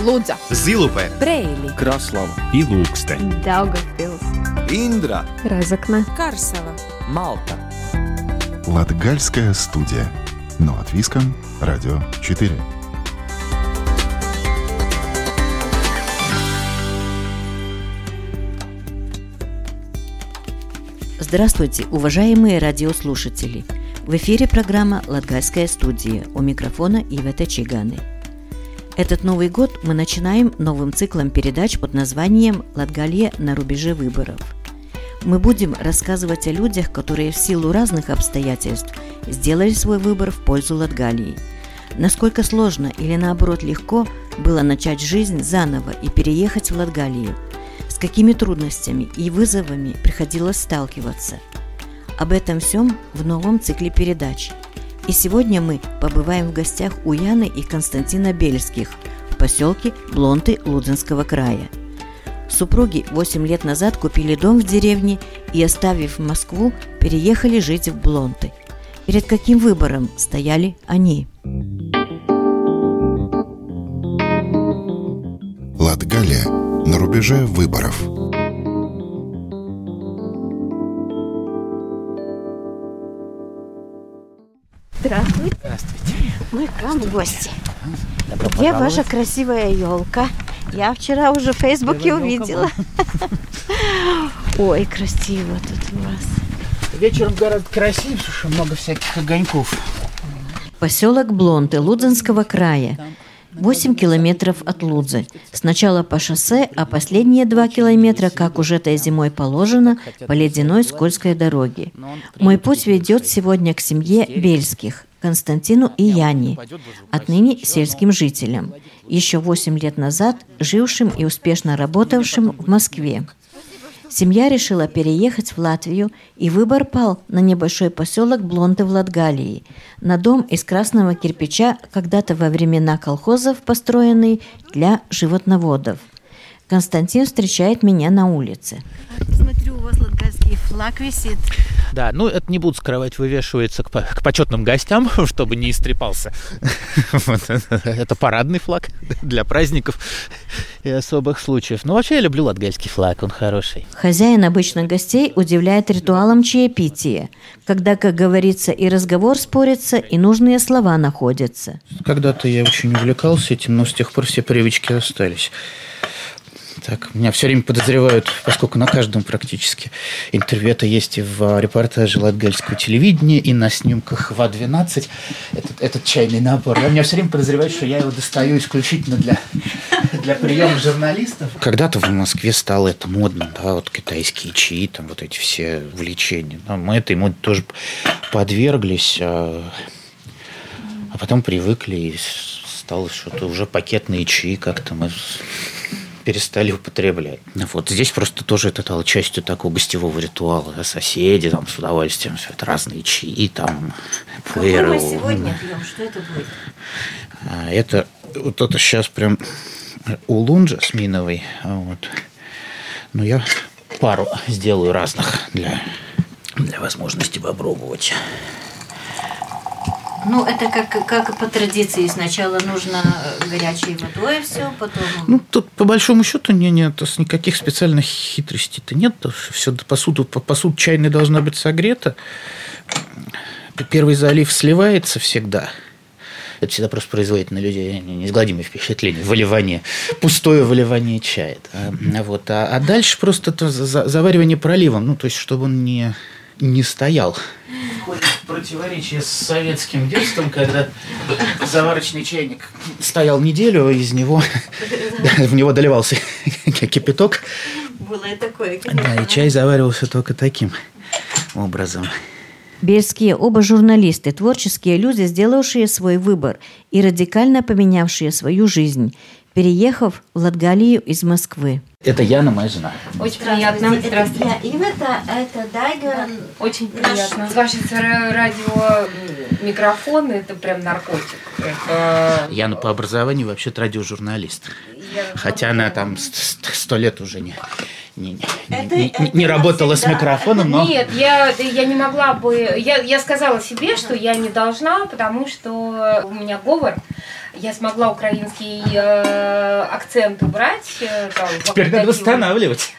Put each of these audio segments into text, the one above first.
Лудза, Зилупе, Брейли, Краслава и Лукстен, Даугавпилс, Индра, Разокна, Карсела, Малта. Латгальская студия. Но от Виском, Радио 4. Здравствуйте, уважаемые радиослушатели! В эфире программа «Латгальская студия». У микрофона Ивета Чиганы. Этот Новый год мы начинаем новым циклом передач под названием «Латгалья на рубеже выборов». Мы будем рассказывать о людях, которые в силу разных обстоятельств сделали свой выбор в пользу Латгалии. Насколько сложно или наоборот легко было начать жизнь заново и переехать в Латгалию. С какими трудностями и вызовами приходилось сталкиваться. Об этом всем в новом цикле передач. И сегодня мы побываем в гостях у Яны и Константина Бельских в поселке Блонты Лудзенского края. Супруги 8 лет назад купили дом в деревне и, оставив Москву, переехали жить в Блонты. Перед каким выбором стояли они? Латгалия на рубеже выборов. Здравствуйте. Здравствуйте. Мы к вам в гости. Добро Где пожаловать. ваша красивая елка? Я вчера уже в Фейсбуке увидела. Ой, красиво тут у вас. Вечером гораздо красивее, потому что много всяких огоньков. Поселок Блонты Лудзенского края. 8 километров от Лудзы. Сначала по шоссе, а последние 2 километра, как уже этой зимой положено, по ледяной скользкой дороге. Мой путь ведет сегодня к семье Бельских, Константину и Яне, отныне сельским жителям, еще 8 лет назад жившим и успешно работавшим в Москве. Семья решила переехать в Латвию, и выбор пал на небольшой поселок Блонты в Латгалии, на дом из красного кирпича, когда-то во времена колхозов построенный для животноводов. Константин встречает меня на улице. Смотрю, у вас латгальский флаг висит. Да, ну это не буду скрывать, вывешивается к почетным гостям, чтобы не истрепался. Это парадный флаг для праздников и особых случаев. Но вообще я люблю латгальский флаг, он хороший. Хозяин обычно гостей удивляет ритуалом чаепития, когда, как говорится, и разговор спорится, и нужные слова находятся. Когда-то я очень увлекался этим, но с тех пор все привычки остались. Так, меня все время подозревают, поскольку на каждом практически интервью это есть и в репортаже латгальского телевидения, и на снимках ВА-12, этот чайный набор. Меня все время подозревают, что я его достаю исключительно для приема журналистов. Когда-то в Москве стало это модно, да, вот китайские чаи, там вот эти все увлечения. Но мы этой моде тоже подверглись, а потом привыкли, и стало что-то уже пакетные чаи как-то мы перестали употреблять. Вот здесь просто тоже это стало частью такого гостевого ритуала. Соседи там с удовольствием, все это разные чаи, там Какой мы сегодня пьем? Что это будет? Это вот это сейчас прям улун жасминовый. Вот. Но я пару сделаю разных для возможности попробовать. Ну, это как по традиции. Сначала нужно горячей водой все, потом... Ну, тут по большому счету нет никаких специальных хитростей-то нет. Все посуда чайная должна быть согрета. Первый залив сливается всегда. Это всегда просто производит на людей неизгладимое впечатление. Выливание, пустое выливание чая. Вот. А дальше просто заваривание проливом. Ну, то есть, чтобы он не стоял. Входит в противоречие с советским детством, когда заварочный чайник стоял неделю, из него в него доливался кипяток. Было и такое, конечно. Да, и чай заваривался только таким образом. Бельские оба журналисты, творческие люди, сделавшие свой выбор и радикально поменявшие свою жизнь, переехав в Латгалию из Москвы. Это Яна, моя жена. Очень приятно. Здравствуйте. Это Дайга. Очень приятно. Слушайте, радио, микрофон, это прям наркотик. Яна по образованию вообще-то радиожурналист. Хотя она там 100 лет уже не работала с микрофоном, но... Нет, я не могла бы... Я сказала себе, что я не должна, потому что у меня говор. Я смогла украинский акцент убрать. Теперь надо восстанавливать.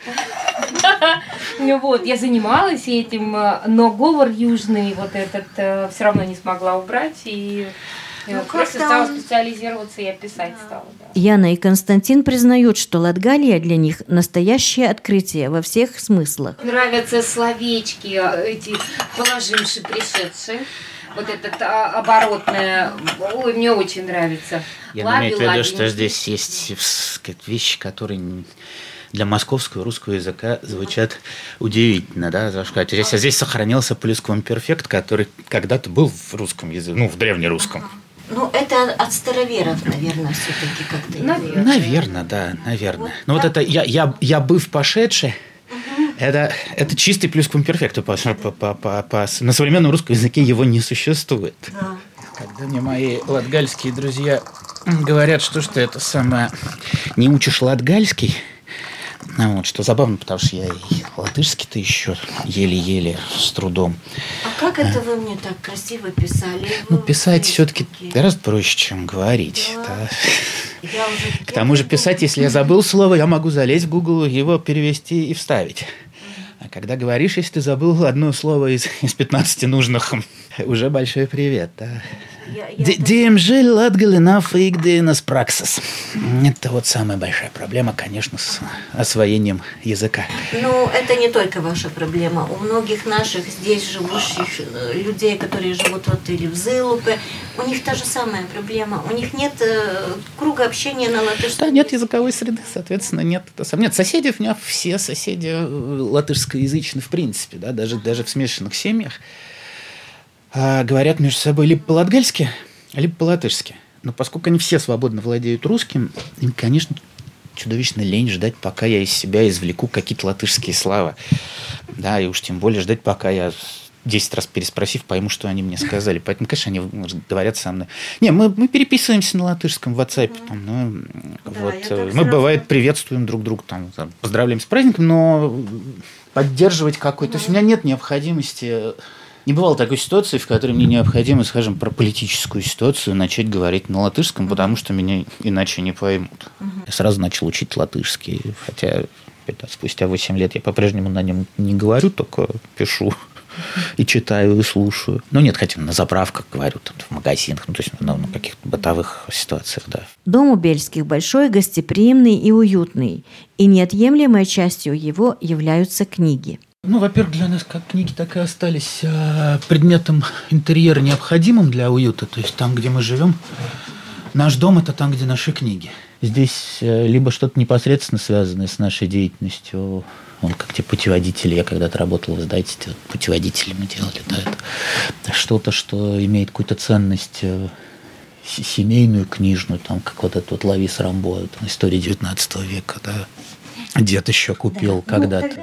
Вот, я занималась этим, но говор южный вот этот все равно не смогла убрать. И просто стала специализироваться и писать стала. Да. Яна и Константин признают, что Латгалия для них настоящее открытие во всех смыслах. Нравятся словечки, эти положившие, пришедшие. Вот этот оборотное, ой, мне очень нравится. Я имею в виду, что здесь есть вещи, которые для московского русского языка звучат удивительно, да, здесь сохранился плюсквамперфект, который когда-то был в русском языке, в древнерусском. Ну, это от староверов, наверное, все-таки как-то. Наверное, да, наверное. Но вот это я быв пошедший. Это чистый плюсквамперфект. На современном русском языке его не существует. Да. Когда мне мои латгальские друзья говорят, что это самое не учишь латгальский, что забавно, потому что я и латышский-то еще еле-еле с трудом. А как это вы мне так красиво писали? Писать все-таки гораздо проще, чем говорить. Да. К тому же писать, если я забыл слово, я могу залезть в Google, его перевести и вставить. А когда говоришь, если ты забыл одно слово из 15 нужных, уже большой привет. Да? DMG Латгалинав и Игденас Праксис. Это вот самая большая проблема, конечно, с освоением языка. Ну, это не только ваша проблема. У многих наших здесь живущих людей, которые живут или в Зылупе, у них та же самая проблема. У них нет круга общения на латышском. Да, нет языковой среды, соответственно, нет. Нет, соседи, у меня все соседи латышскоязычны в принципе, да, даже в смешанных семьях. Говорят между собой либо по-латгальски, либо по-латышски. Но поскольку они все свободно владеют русским, им, конечно, чудовищно лень ждать, пока я из себя извлеку какие-то латышские слова. Да, и уж тем более ждать, пока я 10 раз переспросив, пойму, что они мне сказали. Поэтому, конечно, они говорят со мной. Не, мы переписываемся на латышском в WhatsApp. Мы, бывает, приветствуем друг друга, поздравляем с праздником, но поддерживать какой-то... То есть у меня нет необходимости... Не бывало такой ситуации, в которой мне необходимо, скажем, про политическую ситуацию начать говорить на латышском, потому что меня иначе не поймут. Я сразу начал учить латышский, хотя спустя 8 лет я по-прежнему на нем не говорю, только пишу и читаю, и слушаю. Нет, хотя на заправках говорю, в магазинах, то есть на каких-то бытовых ситуациях, да. Дом у Бельских большой, гостеприимный и уютный, и неотъемлемой частью его являются книги. Во-первых, для нас как книги так и остались предметом интерьера, необходимым для уюта. То есть там, где мы живем, наш дом – это там, где наши книги. Здесь либо что-то непосредственно связанное с нашей деятельностью, как те путеводители. Я когда-то работал в издательстве, путеводители мы делали. Да, это что-то, что имеет какую-то ценность семейную, книжную, как вот этот Лавис Рамбо, история 19 века. Да. Дед еще купил когда-то.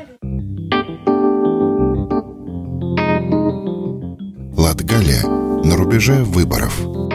Латгалия на рубеже выборов.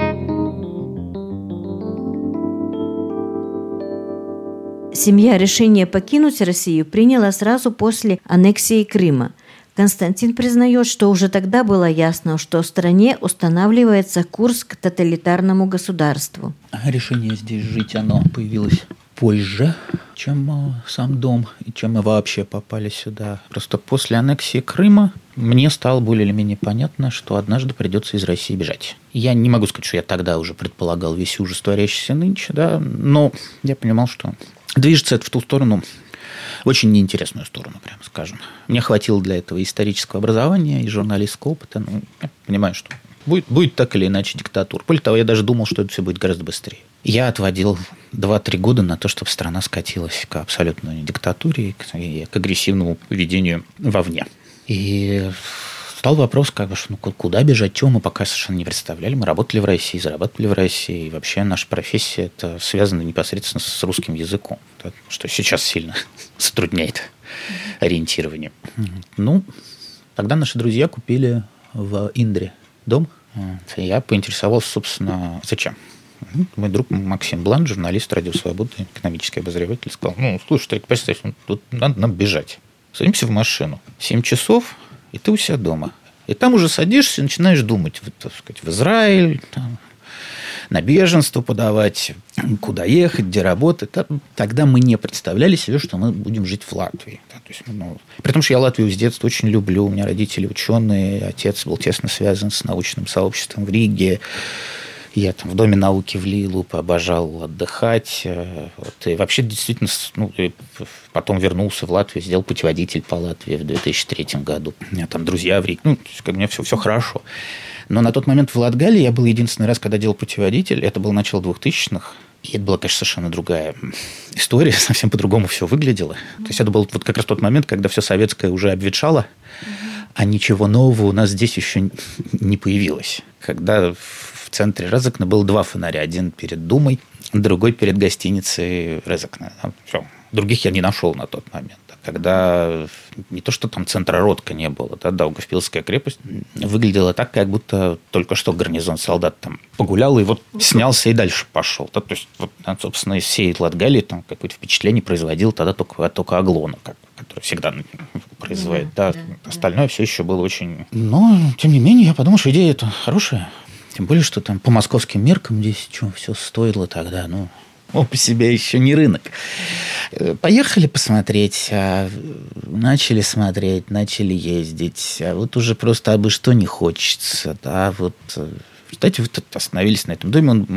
Семья решение покинуть Россию приняла сразу после аннексии Крыма. Константин признает, что уже тогда было ясно, что в стране устанавливается курс к тоталитарному государству. Решение здесь жить, оно появилось позже, чем сам дом и чем мы вообще попали сюда. Просто после аннексии Крыма мне стало более или менее понятно, что однажды придется из России бежать. Я не могу сказать, что я тогда уже предполагал весь ужас, творящийся нынче, да, но я понимал, что движется это в ту сторону, в очень неинтересную сторону, прямо скажем. Мне хватило для этого исторического образования и журналистского опыта. Я понимаю, что будет так или иначе диктатура. Более того, я даже думал, что это все будет гораздо быстрее. Я отводил 2-3 года на то, чтобы страна скатилась к абсолютной диктатуре и к агрессивному поведению вовне. И стал вопрос, куда бежать, чего мы пока совершенно не представляли. Мы работали в России, зарабатывали в России. И вообще наша профессия это связана непосредственно с русским языком, да, что сейчас сильно затрудняет ориентирование. Тогда наши друзья купили в Индре дом. Я поинтересовался, собственно, зачем. Мой друг Максим Блан, журналист «Радио Свобода», экономический обозреватель, сказал: слушай, ты представь, тут надо нам бежать. Садимся в машину. 7 часов, и ты у себя дома. И там уже садишься и начинаешь думать, так сказать, в Израиль, там, на беженство подавать, куда ехать, где работать. Тогда мы не представляли себе, что мы будем жить в Латвии. То есть, при том, что я Латвию с детства очень люблю. У меня родители ученые, отец был тесно связан с научным сообществом в Риге. Я там в Доме науки в Лилупе обожал отдыхать. И вообще, действительно, потом вернулся в Латвию, сделал путеводитель по Латвии в 2003 году. У меня там друзья в Риге. У меня все хорошо. Но на тот момент в Латгалии я был единственный раз, когда делал путеводитель. Это было начало 2000-х. И это была, конечно, совершенно другая история. Совсем по-другому все выглядело. То есть это был вот как раз тот момент, когда все советское уже обветшало, а ничего нового у нас здесь еще не появилось. Когда в центре Резекна было 2 фонаря. Один перед Думой, другой перед гостиницей Резекна. Все. Других я не нашел на тот момент. Когда не то, что там центра Ротка не было, Даугавпилская крепость выглядела так, как будто только что гарнизон солдат там погулял и вот снялся и дальше пошел. То есть, вот, собственно, из всей Латгалии там какое-то впечатление производил тогда только Аглона, который всегда производит. Остальное все еще было очень... Но, тем не менее, я подумал, что идея эта хорошая. Тем более, что там по московским меркам здесь все стоило тогда, по себе еще не рынок. Поехали посмотреть, начали смотреть, начали ездить. А вот уже просто абы что не хочется. Кстати, остановились на этом доме.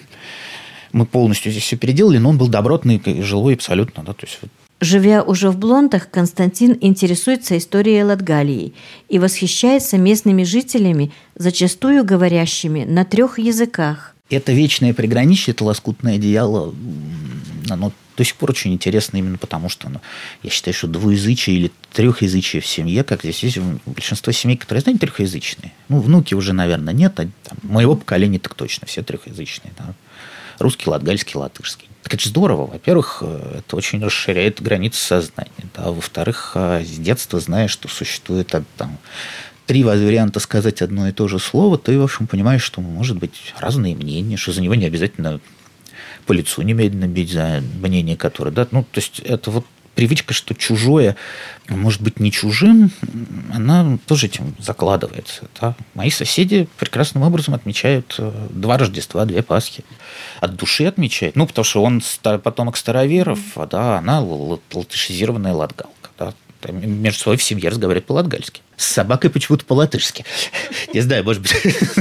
Мы полностью здесь все переделали, но он был добротный, жилой абсолютно. То есть, Живя уже в Блонтах, Константин интересуется историей Латгалии и восхищается местными жителями, зачастую говорящими на 3 языках. Это вечное приграничье, это лоскутное одеяло, оно до сих пор очень интересно именно потому, что я считаю, что двуязычие или трехязычие в семье, как здесь есть большинство семей, которые, знаете, трехязычные. Внуки уже, наверное, нет, моего поколения так точно, все трехязычные. Русский, латгальский, латышский. Так это же здорово. Во-первых, это очень расширяет границы сознания. Во-вторых, с детства знаешь, что существует 3 варианта сказать одно и то же слово, ты, в общем, понимаешь, что может быть разные мнения, что за него не обязательно по лицу немедленно бить за мнение, которое... То есть это вот привычка, что чужое может быть не чужим, она тоже этим закладывается. Мои соседи прекрасным образом отмечают 2 Рождества, 2 Пасхи. От души отмечают. Потому что он потомок староверов, она латышизированная латгалка. Между собой в семье разговаривают по-латгальски. С собакой почему-то по-латышски. Не знаю, может быть...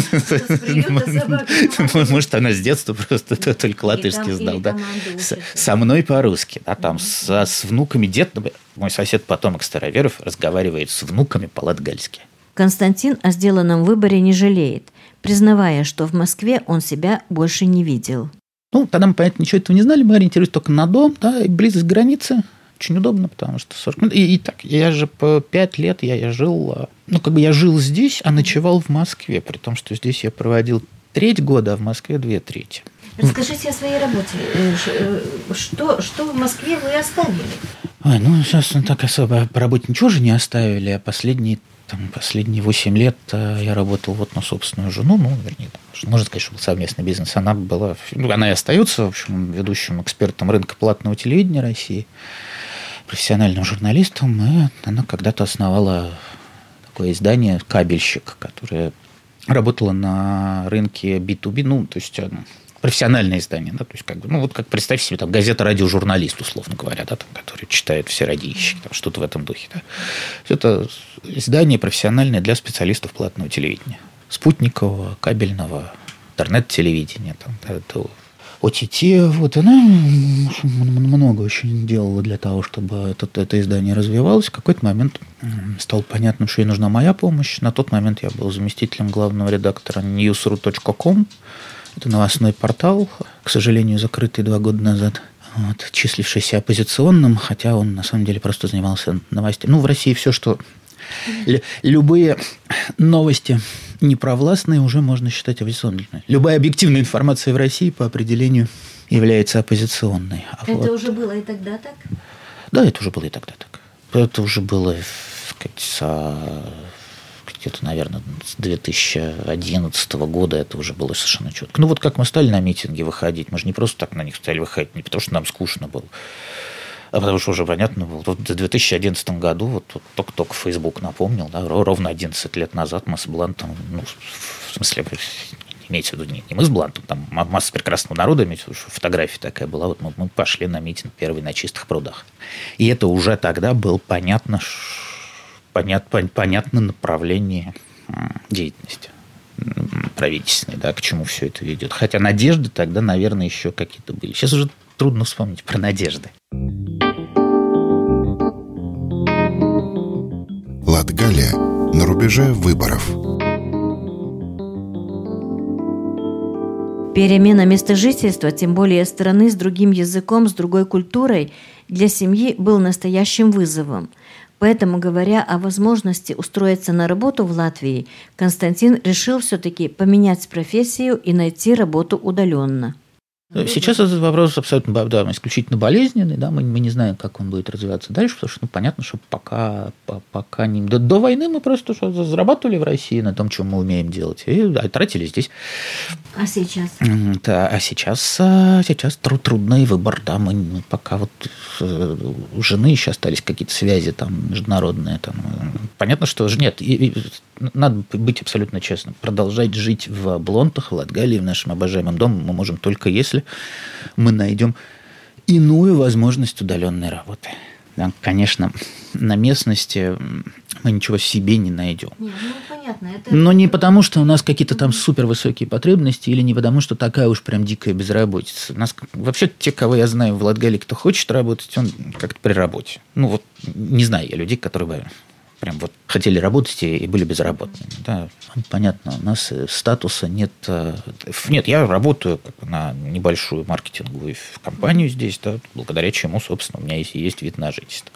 Может, она с детства просто только латышский знал. Со мной по-русски. Там с внуками дед... Мой сосед, потомок староверов, разговаривает с внуками по-латгальски. Константин о сделанном выборе не жалеет, признавая, что в Москве он себя больше не видел. Тогда мы, понятно, ничего этого не знали. Мы ориентировались только на дом, и близость границы. Очень удобно, потому что 40 минут. И так, я же по 5 лет я жил... я жил здесь, а ночевал в Москве. При том, что здесь я проводил 3 года, а в Москве 2/3. Расскажите о своей работе. Что в Москве вы оставили? Сейчас так особо по работе ничего же не оставили. А последние 8 лет я работал на собственную жену. Вернее, можно сказать, что был совместный бизнес. Она была... Она и остается, в общем, ведущим экспертом рынка платного телевидения России, профессиональным журналистом, и она когда-то основала такое издание «Кабельщик», которое работало на рынке B2B, то есть профессиональное издание, то есть как представь себе газета «Радиожурналист», условно говоря, который читают все радищики, что-то в этом духе. Это издание профессиональное для специалистов платного телевидения, спутникового, кабельного, интернет-телевидения, ОТТ, она много очень делала для того, чтобы это издание развивалось. В какой-то момент стало понятно, что ей нужна моя помощь. На тот момент я был заместителем главного редактора newsru.com. Это новостной портал, к сожалению, закрытый 2 года назад, числившийся оппозиционным, хотя он на самом деле просто занимался новостями. В России все, что... Любые новости непровластные уже можно считать оппозиционными. Любая объективная информация в России по определению является оппозиционной. Это уже было и тогда так? Да, это уже было и тогда так. Это уже было где-то, наверное, с 2011 года это уже было совершенно четко. Ну, вот как мы стали на митинги выходить, мы же не просто так на них стали выходить, не потому что нам скучно было, а потому что уже понятно было. Вот в 2011 году, вот только Facebook напомнил, да, ровно 11 лет назад мы с Блантом, ну, в смысле, имеется в виду не мы с Блантом, там масса прекрасного народа, имеется в виду, фотография такая была, вот мы пошли на митинг первый на Чистых прудах. И это уже тогда было понятно направление деятельности правительственной, да, к чему все это ведет. Хотя надежды тогда, наверное, еще какие-то были. Сейчас уже трудно вспомнить про надежды. Латгалия на рубеже выборов. Перемена места жительства, тем более страны с другим языком, с другой культурой, для семьи был настоящим вызовом. Поэтому, говоря о возможности устроиться на работу в Латвии, Константин решил все-таки поменять профессию и найти работу удаленно. Сейчас этот вопрос абсолютно, да, исключительно болезненный, да, мы не знаем, как он будет развиваться дальше, потому что, ну, понятно, что пока не... До войны мы просто зарабатывали в России на том, чем мы умеем делать, и тратили здесь. А сейчас? Да, а сейчас трудный выбор, да, мы пока вот у жены еще остались какие-то связи там международные, там, понятно, что же нет, надо быть абсолютно честным. Продолжать жить в Блонтах, в Латгалии, в нашем обожаемом доме мы можем только если мы найдем иную возможность удаленной работы. Да, конечно, на местности мы ничего себе не найдем. Нет, ну, понятно, это... Но не потому, что у нас какие-то там супервысокие потребности, или не потому, что такая уж прям дикая безработица. У нас вообще те, кого я знаю в Латгалии, кто хочет работать, он как-то при работе. Ну вот не знаю я людей, которые бы прям вот хотели работать и были безработными. Да, понятно, у нас статуса нет. Нет, я работаю на небольшую маркетинговую компанию здесь, да, благодаря чему, собственно, у меня есть вид на жительство.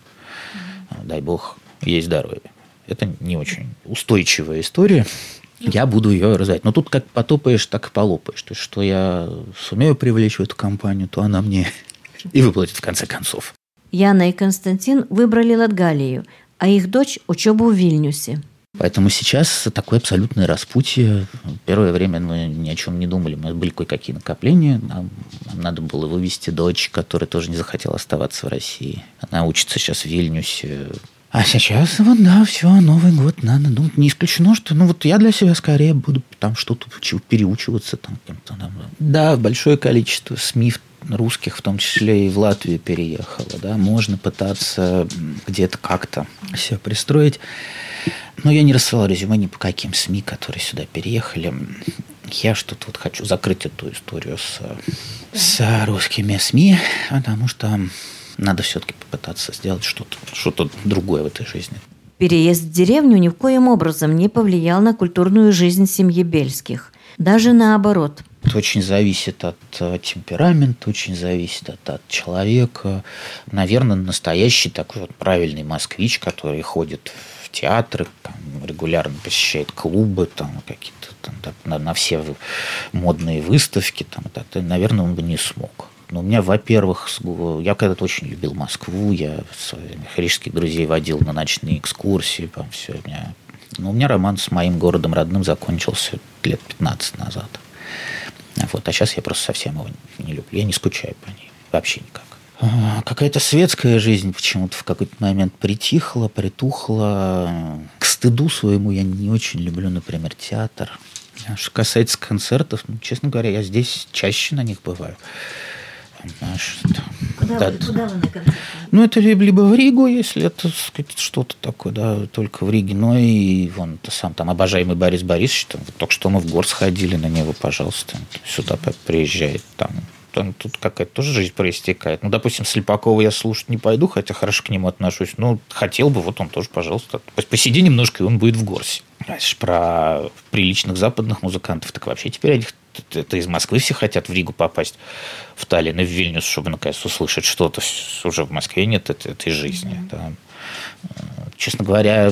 Дай бог, есть здоровье. Это не очень устойчивая история. Я буду ее развивать. Но тут как потопаешь, так и полопаешь. То есть, что я сумею привлечь в эту компанию, то она мне и выплатит в конце концов. Яна и Константин выбрали Латгалию, а их дочь – учебу в Вильнюсе. Поэтому сейчас такое абсолютное распутье. Первое время мы ни о чем не думали. У нас были кое-какие накопления. Нам надо было вывести дочь, которая тоже не захотела оставаться в России. Она учится сейчас в Вильнюсе. А сейчас, вот да, все, Новый год надо. Ну, не исключено, что я для себя скорее буду там что-то переучиваться. Там. Да, большое количество СМИ русских, в том числе и в Латвию, переехало. Да? Можно пытаться где-то как-то все пристроить. Но я не рассылал резюме ни по каким СМИ, которые сюда переехали. Я что-то вот хочу закрыть эту историю с русскими СМИ, потому что надо все-таки попытаться сделать что-то другое в этой жизни. Переезд в деревню ни в коем образом не повлиял на культурную жизнь семьи Бельских. Даже наоборот. Это очень зависит от темперамента, очень зависит от человека. Наверное, настоящий такой вот правильный москвич, который ходит в театры, там, регулярно посещает клубы, там, какие-то там, на все модные выставки, там, наверное, он бы не смог. Но у меня, во-первых, я когда-то очень любил Москву, я своих рижских друзей водил на ночные экскурсии, там, все, у меня роман с моим городом родным закончился лет 15 назад. Вот, а сейчас я просто совсем его не люблю. Я не скучаю по ней. Вообще никак. Какая-то светская жизнь почему-то в какой-то момент притухла. К стыду своему я не очень люблю, например, театр. Что касается концертов, честно говоря, я здесь чаще на них бываю. Куда вы на концерты? Это либо в Ригу, если это что-то такое, да, только в Риге. Ну и вон сам там обожаемый Борис Борисович, там, только что мы в гор сходили на него, пожалуйста, сюда приезжает. Там тут какая-то тоже жизнь проистекает. Допустим, Слепакова я слушать не пойду, хотя хорошо к нему отношусь. Хотел бы, вот он тоже, пожалуйста. Посиди немножко, и он будет в Горсе. Про приличных западных музыкантов, так вообще теперь это из Москвы все хотят в Ригу попасть, в Таллин и в Вильнюс, чтобы наконец услышать что-то. Уже в Москве нет этой жизни. Да. честно говоря,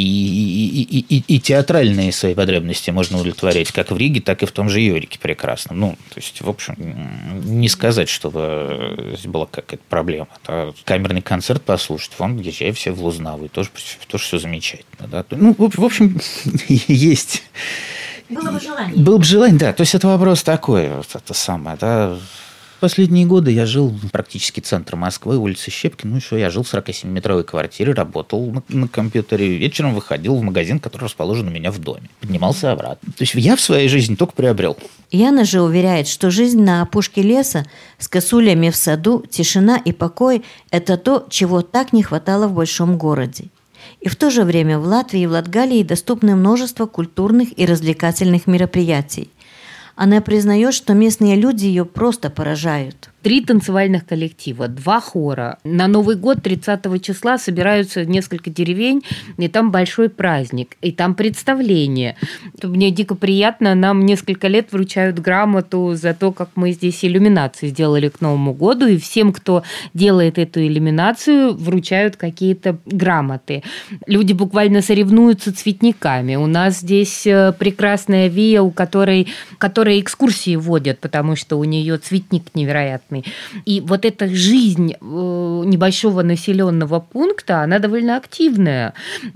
и театральные свои потребности можно удовлетворять как в Риге, так и в том же Йорике прекрасно. Ну, то есть, в общем, не сказать, чтобы здесь была какая-то проблема. А камерный концерт послушать, вон, езжай все в Лузнаву, и тоже все замечательно. Да? Ну, в общем, есть... Было бы желание. Было бы желание, да. То есть, это вопрос такой, это самое, да. Последние годы я жил практически центр Москвы, улица Щепкина. Ну и что, я жил в 47-метровой квартире, работал на компьютере. Вечером выходил в магазин, который расположен у меня в доме. Поднимался обратно. То есть я в своей жизни только приобрел. Яна же уверяет, что жизнь на опушке леса с косулями в саду, тишина и покой – это то, чего так не хватало в большом городе. И в то же время в Латвии и в Латгалии доступны множество культурных и развлекательных мероприятий. Она признает, что местные люди ее просто поражают. 3 танцевальных коллектива, 2 хора. На Новый год 30 числа собираются несколько деревень, и там большой праздник, и там представление. Мне дико приятно, нам несколько лет вручают грамоту за то, как мы здесь иллюминацию сделали к Новому году, и всем, кто делает эту иллюминацию, вручают какие-то грамоты. Люди буквально соревнуются цветниками. У нас здесь прекрасная Вия, у которой экскурсии водят, потому что у нее цветник невероятный. И вот эта жизнь небольшого населенного пункта, она довольно активная.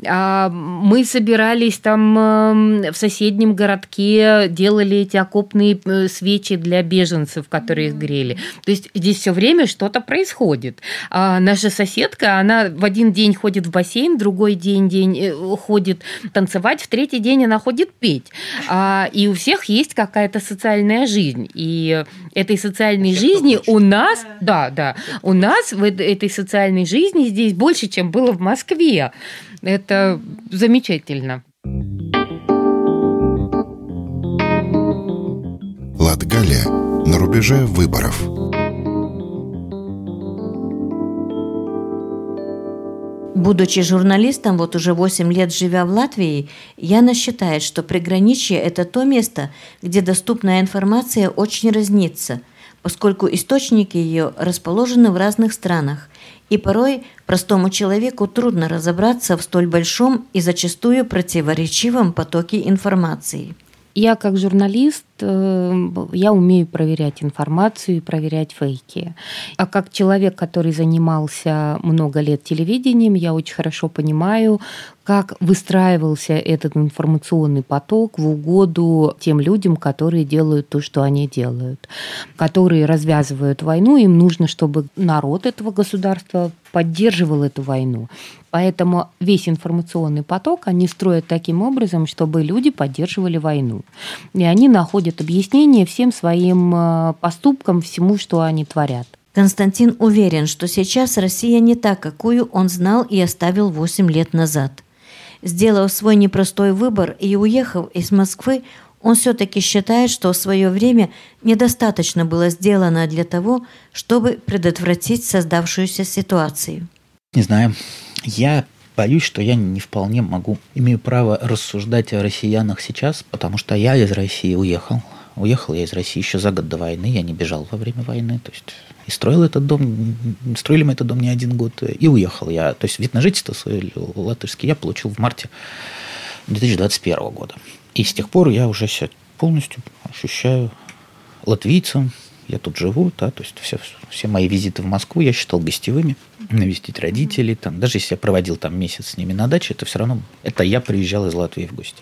Мы собирались там в соседнем городке, делали эти окопные свечи для беженцев, которые их грели. То есть здесь все время что-то происходит. Наша соседка, она в один день ходит в бассейн, в другой день ходит танцевать, в третий день она ходит петь. И у всех есть какая-то социальная жизнь. И этой социальной жизни у нас, у нас в этой социальной жизни здесь больше, чем было в Москве. Это замечательно. Латгалия на рубеже выборов. Будучи журналистом, вот уже 8 лет живя в Латвии, Яна считает, что приграничье – это то место, где доступная информация очень разнится, поскольку источники ее расположены в разных странах, и порой простому человеку трудно разобраться в столь большом и зачастую противоречивом потоке информации. Я как журналист, я умею проверять информацию и проверять фейки. А как человек, который занимался много лет телевидением, я очень хорошо понимаю, как выстраивался этот информационный поток в угоду тем людям, которые делают то, что они делают, которые развязывают войну. Им нужно, чтобы народ этого государства поддерживал эту войну. Поэтому весь информационный поток они строят таким образом, чтобы люди поддерживали войну. И они находят объяснение всем своим поступкам, всему, что они творят. Константин уверен, что сейчас Россия не та, какую он знал и оставил 8 лет назад. Сделав свой непростой выбор и уехав из Москвы, он все-таки считает, что в свое время недостаточно было сделано для того, чтобы предотвратить создавшуюся ситуацию. Не знаю. Я боюсь, что я не вполне имею право рассуждать о россиянах сейчас, потому что я из России уехал. Уехал я из России еще за год до войны, я не бежал во время войны, то есть и строили мы этот дом не 1 год, и уехал я. То есть вид на жительство свой латышский я получил в марте 2021 года. И с тех пор я уже себя полностью ощущаю латвийцем. Я тут живу, да, то есть все мои визиты в Москву я считал гостевыми, навестить родителей, там, даже если я проводил там месяц с ними на даче, это все равно, это я приезжал из Латвии в гости.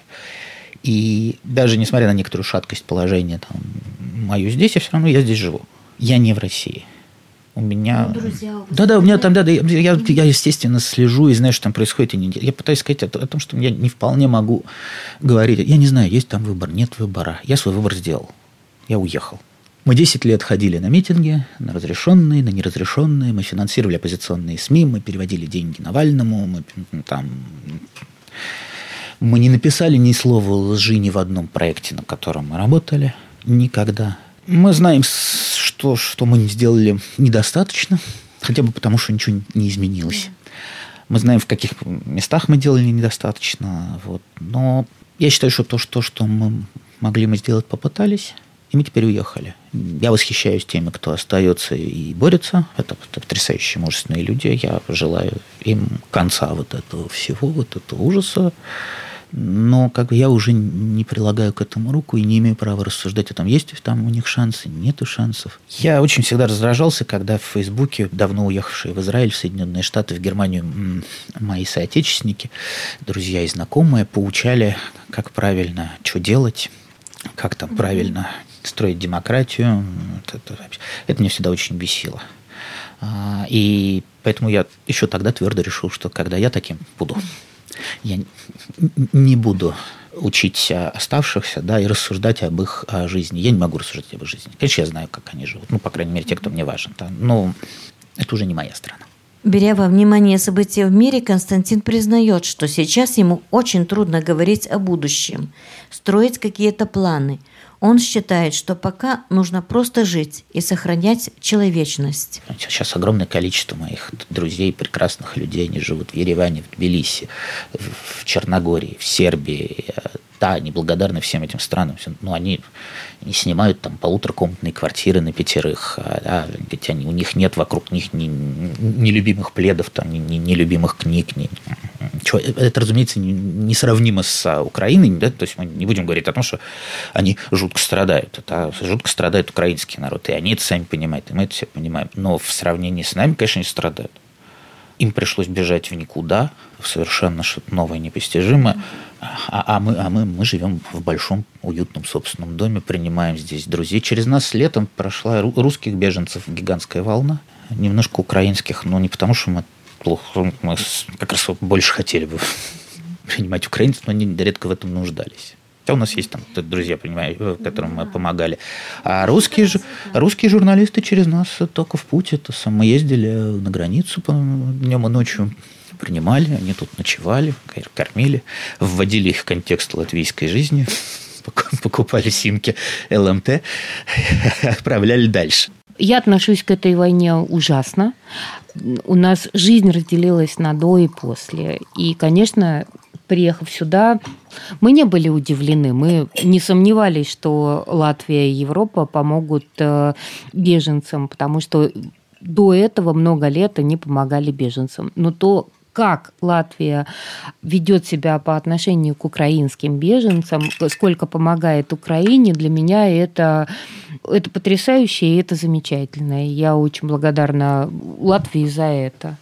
И даже несмотря на некоторую шаткость положения там, мою здесь, я здесь живу. Я не в России. У меня... Да, у меня там, я, естественно, слежу и знаю, что там происходит. Я пытаюсь сказать о том, что я не вполне могу говорить. Я не знаю, есть там выбор, нет выбора. Я свой выбор сделал. Я уехал. Мы 10 лет ходили на митинги, на разрешенные, на неразрешенные. Мы финансировали оппозиционные СМИ, мы переводили деньги Навальному. Мы не написали ни слова лжи ни в одном проекте, на котором мы работали. Никогда. Мы знаем, что мы не сделали недостаточно, хотя бы потому, что ничего не изменилось. Мы знаем, в каких местах мы делали недостаточно. Вот. Но я считаю, что то, что мы могли сделать, попытались. И мы теперь уехали. Я восхищаюсь теми, кто остается и борется. Это потрясающие мужественные люди. Я желаю им конца вот этого всего, вот этого ужаса. Но я уже не прилагаю к этому руку и не имею права рассуждать о том, есть ли там у них шансы, нету шансов. Я очень всегда раздражался, когда в Фейсбуке давно уехавшие в Израиль, в Соединенные Штаты, в Германию мои соотечественники, друзья и знакомые поучали, как правильно, что делать, как там правильно строить демократию. Это меня всегда очень бесило. И поэтому я еще тогда твердо решил, что когда я таким буду, я не буду учить оставшихся, да, и рассуждать об их жизни. Я не могу рассуждать об их жизни. Конечно, я знаю, как они живут. По крайней мере, те, кто мне важен. Да. Но это уже не моя страна. Беря во внимание события в мире, Константин признает, что сейчас ему очень трудно говорить о будущем, строить какие-то планы. Он считает, что пока нужно просто жить и сохранять человечность. Сейчас огромное количество моих друзей, прекрасных людей, они живут в Ереване, в Тбилиси, в Черногории, в Сербии. Да, они благодарны всем этим странам. Но они не снимают там полуторакомнатные квартиры на 5. Да, у них нет вокруг них ни любимых пледов, там, ни любимых книг. Это, разумеется, несравнимо с Украиной. Да? То есть мы не будем говорить о том, что они жутко страдают. Это жутко страдает украинский народ. И они это сами понимают, и мы это все понимаем. Но в сравнении с нами, конечно, они страдают. Им пришлось бежать в никуда, в совершенно что-то новое, непостижимое. А мы живем в большом, уютном собственном доме, принимаем здесь друзей. Через нас летом прошла русских беженцев гигантская волна, немножко украинских, но не потому, что мы плохо, мы как раз больше хотели бы принимать украинцев, но они редко в этом нуждались. Хотя у нас есть там друзья, которым мы помогали. А русские журналисты через нас только в путь. Мы ездили на границу днем и ночью, принимали, они тут ночевали, кормили, вводили их в контекст латвийской жизни, покупали симки ЛМТ, отправляли дальше. Я отношусь к этой войне ужасно. У нас жизнь разделилась на до и после. И, конечно, приехав сюда, мы не были удивлены. Мы не сомневались, что Латвия и Европа помогут беженцам, потому что до этого много лет они помогали беженцам. Но то, как Латвия ведет себя по отношению к украинским беженцам, сколько помогает Украине, для меня это потрясающе и это замечательно. Я очень благодарна Латвии за это.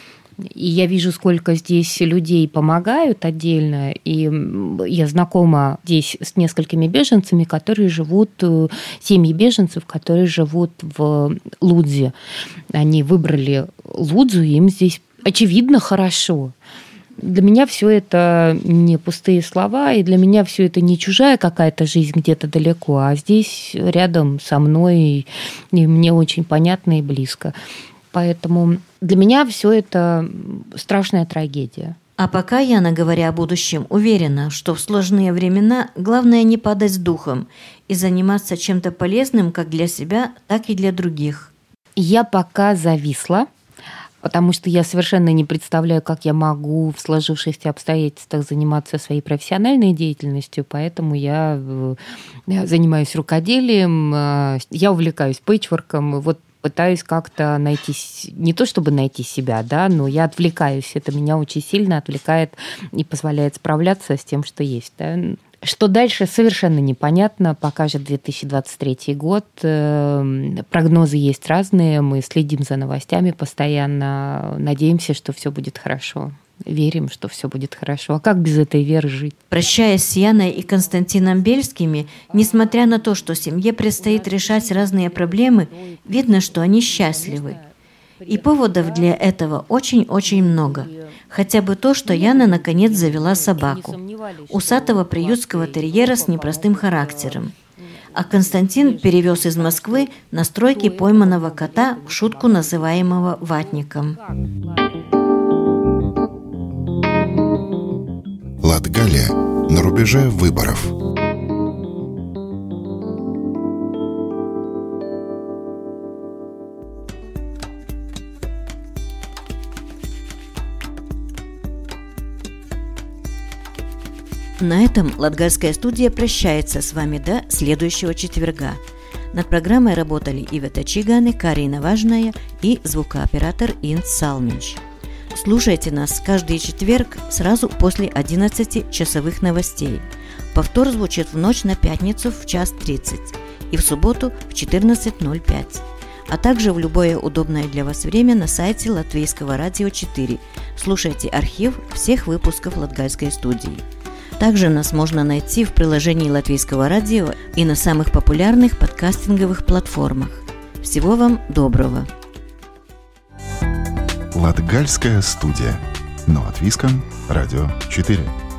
И я вижу, сколько здесь людей помогают отдельно. И я знакома здесь с несколькими беженцами, которые живут, семьи беженцев, которые живут в Лудзе. Они выбрали Лудзу, и им здесь очевидно хорошо. Для меня все это не пустые слова, и для меня все это не чужая какая-то жизнь где-то далеко, а здесь рядом со мной, и мне очень понятно и близко. Поэтому для меня все это страшная трагедия. А пока Яна, говоря о будущем, уверена, что в сложные времена главное не падать духом и заниматься чем-то полезным как для себя, так и для других. Я пока зависла, потому что я совершенно не представляю, как я могу в сложившихся обстоятельствах заниматься своей профессиональной деятельностью, поэтому я занимаюсь рукоделием, я увлекаюсь пэтчворком, пытаюсь как-то найти, не то чтобы найти себя, да, но я отвлекаюсь, это меня очень сильно отвлекает и позволяет справляться с тем, что есть, да. Что дальше, совершенно непонятно, покажет 2023 год. Прогнозы есть разные, мы следим за новостями постоянно, надеемся, что все будет хорошо. Верим, что все будет хорошо. А как без этой веры жить? Прощаясь с Яной и Константином Бельскими, несмотря на то, что семье предстоит решать разные проблемы, видно, что они счастливы. И поводов для этого очень-очень много. Хотя бы то, что Яна наконец завела собаку. Усатого приютского терьера с непростым характером. А Константин перевез из Москвы на стройке пойманного кота, в шутку называемого ватником. Латгалия на рубеже выборов. На этом Латгальская студия прощается с вами до следующего четверга. Над программой работали Ивета Чиганы, Карина Важная и звукооператор Инс Салминч. Слушайте нас каждый четверг сразу после 11 часовых новостей. Повтор звучит в ночь на пятницу в 1:30 и в субботу в 14:05. А также в любое удобное для вас время на сайте Латвийского радио 4. Слушайте архив всех выпусков Латгальской студии. Также нас можно найти в приложении Латвийского радио и на самых популярных подкастинговых платформах. Всего вам доброго! Латгальская студия. На Латвийском радио 4.